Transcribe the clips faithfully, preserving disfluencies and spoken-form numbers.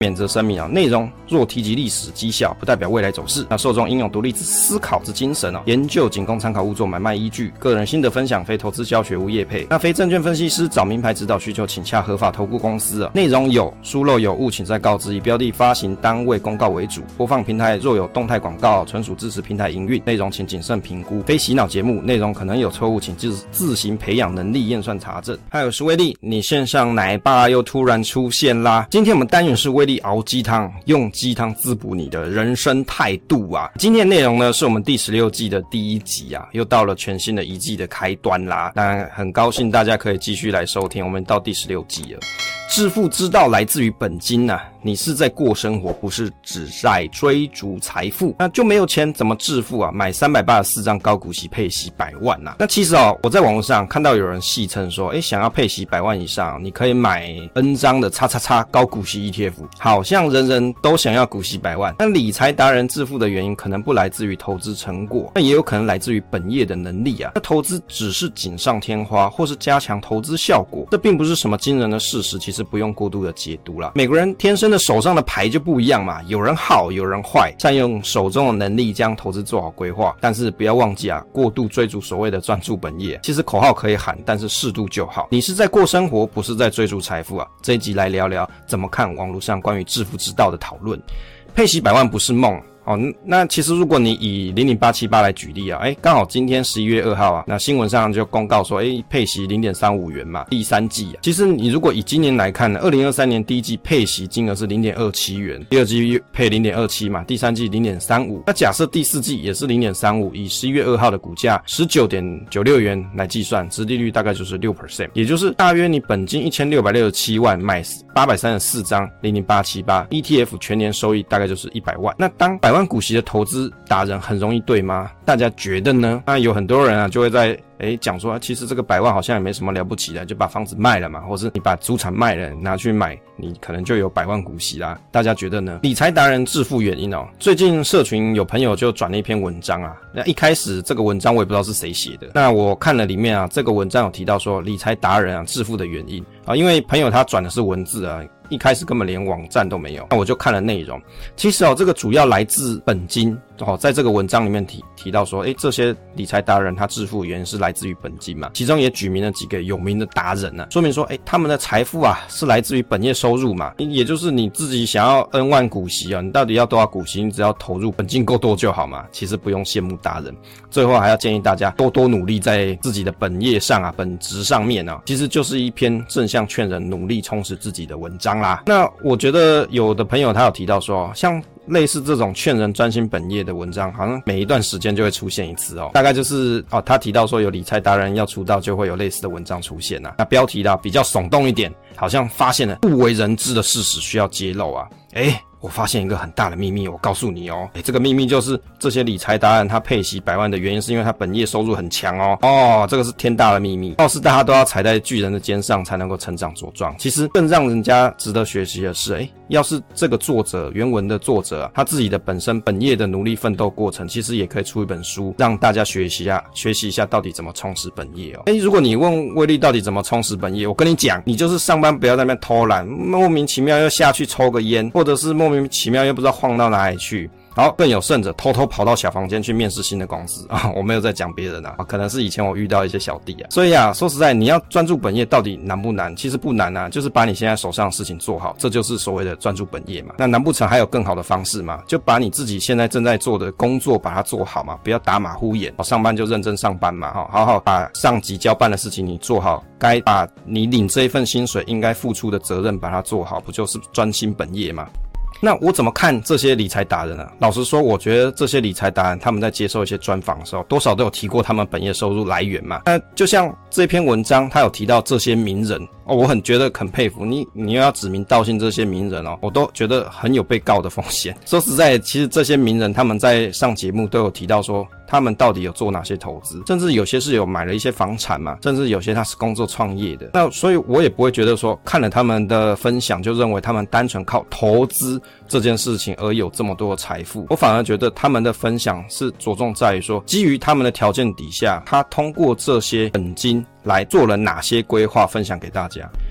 免责声明啊，内容若提及历史绩效，不代表未来走势。那受众应有独立之思考之精神哦，研究仅供参考，勿作买卖依据。个人心得分享，非投资教学，无业配。那非证券分析师找名牌指导需求，请洽合法投顾公司啊。内容有疏漏有误，请再告知。以标的发行单位公告为主。播放平台若有动态广告，纯属支持平台营运，内容请谨慎评估。非洗脑节目，内容可能有错误，请自自行培养能力验算查证。还有是威力，你线上奶爸又突然出现啦！今天我们单元是威力熬鸡汤，用鸡汤滋补你的人生态度啊！今天的内容呢，是我们第十六季的第一集啊，又到了全新的一季的开端啦。当然很高兴大家可以继续来收听，我们到第十六季了。致富之道来自于本金啊，你是在过生活，不是只在追逐财富。那就没有钱怎么致富啊？买三百八十四张高股息配息百万啊！那其实哦，我在网络上看到有人戏称说，诶，想要配息百万以上，你可以买 N 张的叉叉叉高股息 E T F， 好像人人都想要股息百万。但理财达人致富的原因可能不来自于投资成果，那也有可能来自于本业的能力啊。那投资只是锦上添花，或是加强投资效果，这并不是什么惊人的事实，其实不用过度的解读啦。每个人天生的手上的牌就不一样嘛，有人好，有人坏，善用手中的能力将投资做好规划，但是不要忘记啊，过度追逐所谓的专注本业，其实口号可以喊，但是适度就好。你是在过生活，不是在追逐财富啊。这一集来聊聊怎么看网络上关于致富之道的讨论。配息百万不是梦。哦，那其实如果你以零零八七八来举例啊，诶，刚好今天十一月二号啊，那新闻上就公告说，诶，配息 零点三五元嘛，第三季啊。其实你如果以今年来看呢，二零二三年第一季配息金额是 零点二七元，第二季配 零点二七嘛，第三季 零点三五。那假设第四季也是 零点三五，以十一月二号的股价 十九点九六元来计算，殖利率大概就是 百分之六， 也就是大约你本金一千六百六十七万买八百三十四张零零八七八 E T F， 全年收益大概就是一百万。那当百万股息的投资达人很容易对吗？大家觉得呢？那有很多人啊就会在诶讲说，其实这个百万好像也没什么了不起的，就把房子卖了嘛，或是你把祖产卖了拿去买，你可能就有百万股息啦。大家觉得呢？理财达人致富原因哦，最近社群有朋友就转了一篇文章啊，那一开始这个文章我也不知道是谁写的，那我看了里面啊，这个文章有提到说理财达人啊致富的原因啊，因为朋友他转的是文字啊，一开始根本连网站都没有，那我就看了内容。其实哦，这个主要来自本金哦，在这个文章里面提提到说，诶，这些理财达人他致富原因是来自于本金嘛，其中也举明了几个有名的达人啊，说明说，诶，他们的财富啊是来自于本业收入嘛，也就是你自己想要 N 万股息啊，你到底要多少股息，你只要投入本金够多就好嘛，其实不用羡慕达人。最后还要建议大家多多努力在自己的本业上啊，本职上面啊，其实就是一篇正向劝人努力充实自己的文章啦。那我觉得有的朋友他有提到说，像类似这种劝人专心本业的文章，好像每一段时间就会出现一次哦。大概就是哦，他提到说有理财达人要出道，就会有类似的文章出现啊。那标题啦比较耸动一点，好像发现了不为人知的事实需要揭露啊。诶我发现一个很大的秘密，我告诉你哦，诶这个秘密就是这些理财达人他配息百万的原因是因为他本业收入很强哦。哦，这个是天大的秘密，貌似大家都要踩在巨人的肩上才能够成长茁壮。其实更让人家值得学习的是，诶要是这个作者原文的作者啊，他自己的本身本业的努力奋斗过程，其实也可以出一本书，让大家学习一下，学习一下到底怎么充实本业哦。诶如果你问威力到底怎么充实本业，我跟你讲，你就是上班不要在那边偷懒，莫名其妙又下去抽个烟，或者是莫名其妙又不知道晃到哪里去。好，更有甚者偷偷跑到小房间去面试新的公司啊！我没有在讲别人啊，可能是以前我遇到一些小弟啊。所以啊，说实在，你要专注本业到底难不难？其实不难啊，就是把你现在手上的事情做好，这就是所谓的专注本业嘛。那难不成还有更好的方式吗？就把你自己现在正在做的工作把它做好嘛，不要打马虎眼。上班就认真上班嘛，好好把上级交办的事情你做好，该把你领这一份薪水应该付出的责任把它做好，不就是专心本业吗？那我怎么看这些理财达人呢？老实说，我觉得这些理财达人他们在接受一些专访的时候，多少都有提过他们本业收入来源嘛。那就像这篇文章，他有提到这些名人哦，我很觉得很佩服你，你又要指名道姓这些名人哦，我都觉得很有被告的风险。说实在，其实这些名人他们在上节目都有提到说，他们到底有做哪些投资，甚至有些是有买了一些房产嘛，甚至有些他是工作创业的。那所以我也不会觉得说看了他们的分享就认为他们单纯靠投资这件事情而有这么多的财富，我反而觉得他们的分享是着重在于说，基于他们的条件底下，他通过这些本金来做了哪些规划分享给大家。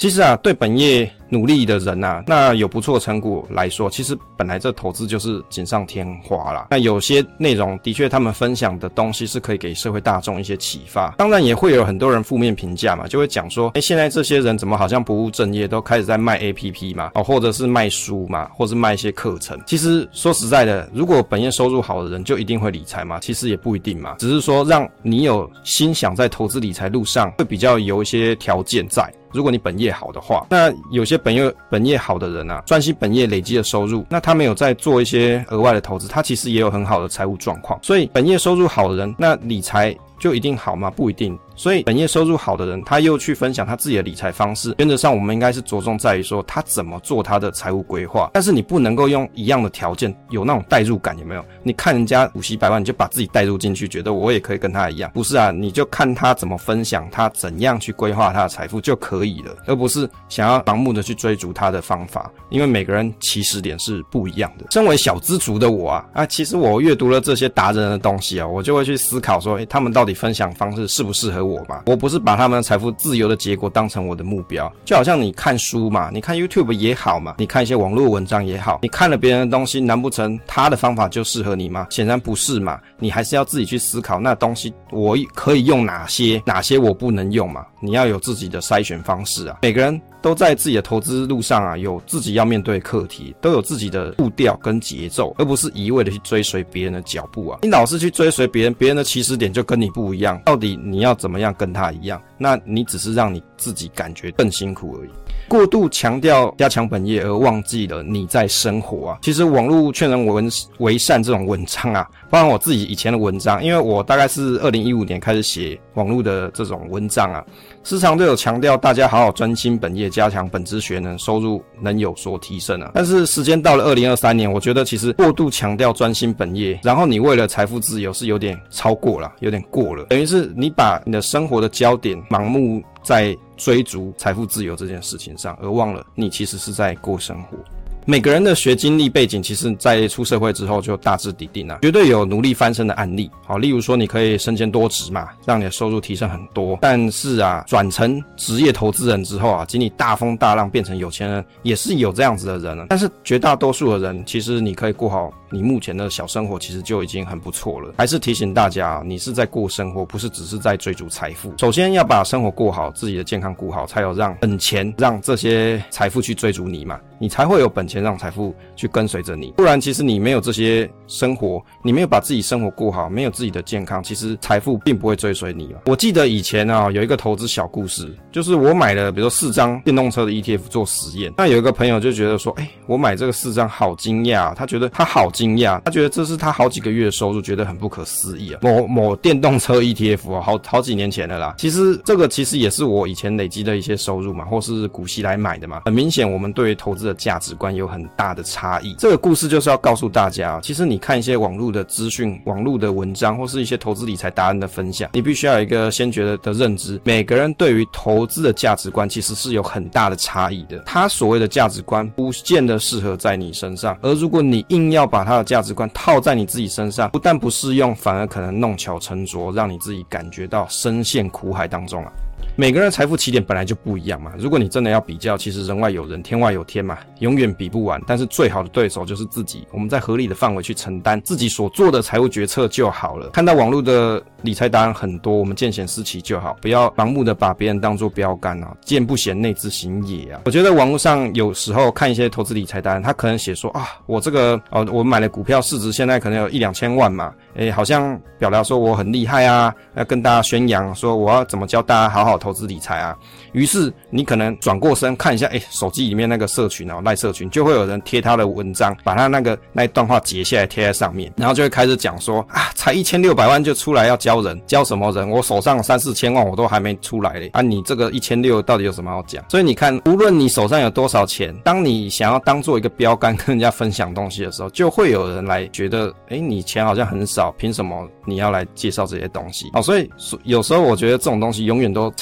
其实啊，对本业努力的人啊，那有不错成果来说，其实本来这投资就是锦上添花啦。那有些内容的确他们分享的东西是可以给社会大众一些启发，当然也会有很多人负面评价嘛，就会讲说，诶，现在这些人怎么好像不务正业，都开始在卖 A P P 嘛，哦，或者是卖书嘛，或是卖一些课程。其实说实在的，如果本业收入好的人就一定会理财吗？其实也不一定嘛，只是说让你有心想在投资理财路上会比较有一些条件在。如果你本业好的话，那有些本业本业好的人啊，专心本业累积的收入，那他没有在做一些额外的投资，他其实也有很好的财务状况。所以本业收入好的人，那理财就一定好吗？不一定。所以本业收入好的人，他又去分享他自己的理财方式，原则上我们应该是着重在于说他怎么做他的财务规划，但是你不能够用一样的条件有那种代入感，有没有？你看人家股息百万，你就把自己代入进去，觉得我也可以跟他一样，不是啊？你就看他怎么分享，他怎样去规划他的财富就可以了，而不是想要盲目的去追逐他的方法，因为每个人起始点是不一样的。身为小资族的我啊，啊，其实我阅读了这些达人的东西啊，我就会去思考说，诶，他们到底分享方式适不适合我嘛？我不是把他们的财富自由的结果当成我的目标，就好像你看书嘛，你看 YouTube 也好嘛，你看一些网络文章也好，你看了别人的东西，难不成他的方法就适合你吗？显然不是嘛，你还是要自己去思考，那东西我可以用哪些，哪些我不能用嘛，你要有自己的筛选方式啊。每个人都在自己的投资路上啊，有自己要面对的课题，都有自己的步调跟节奏，而不是一味的去追随别人的脚步啊。你老是去追随别人，别人的起始点就跟你不一样，到底你要怎么样跟他一样？那你只是让你自己感觉更辛苦而已。过度强调加强本业而忘记了你在生活啊。其实网络劝人为为善这种文章啊，包含我自己以前的文章，因为我大概是二零一五年开始写网络的这种文章啊，时常都有强调大家好好专心本业，加强本职学能，收入能有所提升啊。但是时间到了二零二三年，我觉得其实过度强调专心本业，然后你为了财富自由是有点超过了，有点过了，等于是你把你的生活的焦点盲目在追逐财富自由这件事情上，而忘了你其实是在过生活。每个人的学经历背景，其实在出社会之后就大致底定啊，绝对有努力翻身的案例。好，例如说你可以身兼多职嘛，让你的收入提升很多。但是啊，转成职业投资人之后啊，经历大风大浪变成有钱人，也是有这样子的人啊。但是绝大多数的人，其实你可以过好你目前的小生活，其实就已经很不错了。还是提醒大家啊，你是在过生活，不是只是在追逐财富。首先要把生活过好，自己的健康顾好，才有让本钱让这些财富去追逐你嘛，你才会有本钱让财富去跟随着你。不然其实你没有这些生活，你没有把自己生活过好，没有自己的健康，其实财富并不会追随你嘛。我记得以前啊有一个投资小故事，就是我买了比如说四张电动车的 E T F 做实验，那有一个朋友就觉得说，哎、欸，我买这个四张好惊讶，他觉得他好惊讶，他觉得这是他好几个月的收入，觉得很不可思议啊。某某电动车 E T F 啊，好好几年前了啦。其实这个其实也是我以前累积的一些收入嘛，或是股息来买的嘛。很明显我们对于投资的价值观有很大的差异。这个故事就是要告诉大家，其实你看一些网络的资讯、网络的文章，或是一些投资理财达人的分享，你必须要有一个先决的认知，每个人对于投资的价值观其实是有很大的差异的。他所谓的价值观不见得适合在你身上，而如果你硬要把他的价值观套在你自己身上，不但不适用，反而可能弄巧成拙，让你自己感觉到深陷苦海当中啊。每个人的财富起点本来就不一样嘛，如果你真的要比较，其实人外有人，天外有天嘛，永远比不完。但是最好的对手就是自己，我们在合理的范围去承担自己所做的财务决策就好了。看到网络的理财达人很多，我们见贤思齐就好，不要盲目的把别人当作标杆啊，见不贤内自省也啊。我觉得网络上有时候看一些投资理财达人，他可能写说啊，我这个哦，我买了股票市值现在可能有一两千万嘛，诶，好像表达说我很厉害啊，要跟大家宣扬说我要怎么教大家好好投资理财啊。于是你可能转过身看一下，诶，手机里面那个社群啊，赖社群就会有人贴他的文章，把他那个那一段话截下来贴在上面，然后就会开始讲说啊，才一千六百万就出来要教人，教什么人？我手上三四千万我都还没出来嘞，啊，你这个一千六到底有什么好讲？所以你看，无论你手上有多少钱，当你想要当做一个标杆跟人家分享东西的时候，就会有人来觉得，诶，你钱好像很少，凭什么你要来介绍这些东西？好，所以有时候我觉得这种东西永远都吵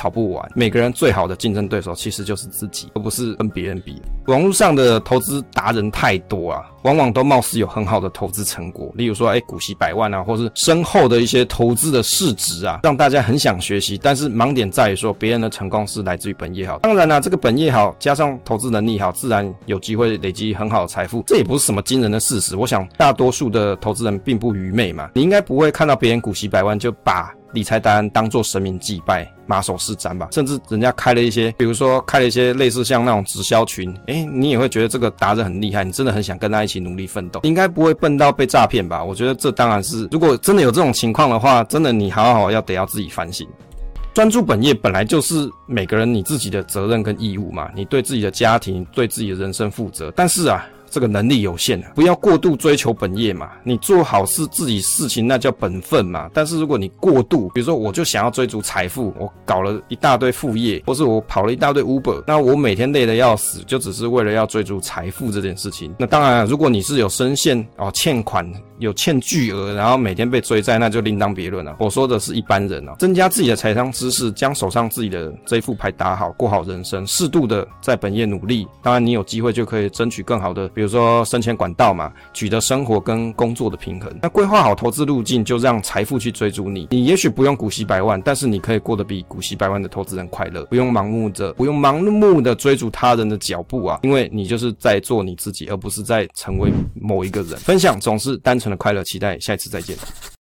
跑不完。每个人最好的竞争对手其实就是自己，而不是跟别人比。网络上的投资达人太多啊，往往都貌似有很好的投资成果，例如说哎股息百万啊，或是深厚的一些投资的市值啊，让大家很想学习。但是盲点在于说别人的成功是来自于本业好，当然啦、啊，这个本业好加上投资能力好，自然有机会累积很好的财富，这也不是什么惊人的事实。我想大多数的投资人并不愚昧嘛，你应该不会看到别人股息百万就把理财达人当作神明祭拜，马首是瞻吧。甚至人家开了一些，比如说开了一些类似像那种直销群，诶你也会觉得这个达人很厉害，你真的很想跟他一起努力奋斗，应该不会笨到被诈骗吧。我觉得这当然是，如果真的有这种情况的话，真的你好好要得要自己反省。专注本业本来就是每个人你自己的责任跟义务嘛，你对自己的家庭对自己的人生负责，但是啊这个能力有限，不要过度追求本业嘛。你做好事自己事情那叫本分嘛。但是如果你过度，比如说我就想要追逐财富，我搞了一大堆副业，或是我跑了一大堆 Uber， 那我每天累得要死，就只是为了要追逐财富这件事情。那当然，如果你是有深陷哦欠款，有欠巨额，然后每天被追债，那就另当别论了。我说的是一般人啊，增加自己的财商知识，将手上自己的这一副牌打好，过好人生，适度的在本业努力。当然，你有机会就可以争取更好的，比如说升迁管道嘛，取得生活跟工作的平衡。那规划好投资路径，就让财富去追逐你。你也许不用股息百万，但是你可以过得比股息百万的投资人快乐，不用盲目的不用盲目的追逐他人的脚步啊，因为你就是在做你自己，而不是在成为某一个人。分享总是单纯的快乐，期待下一次再见。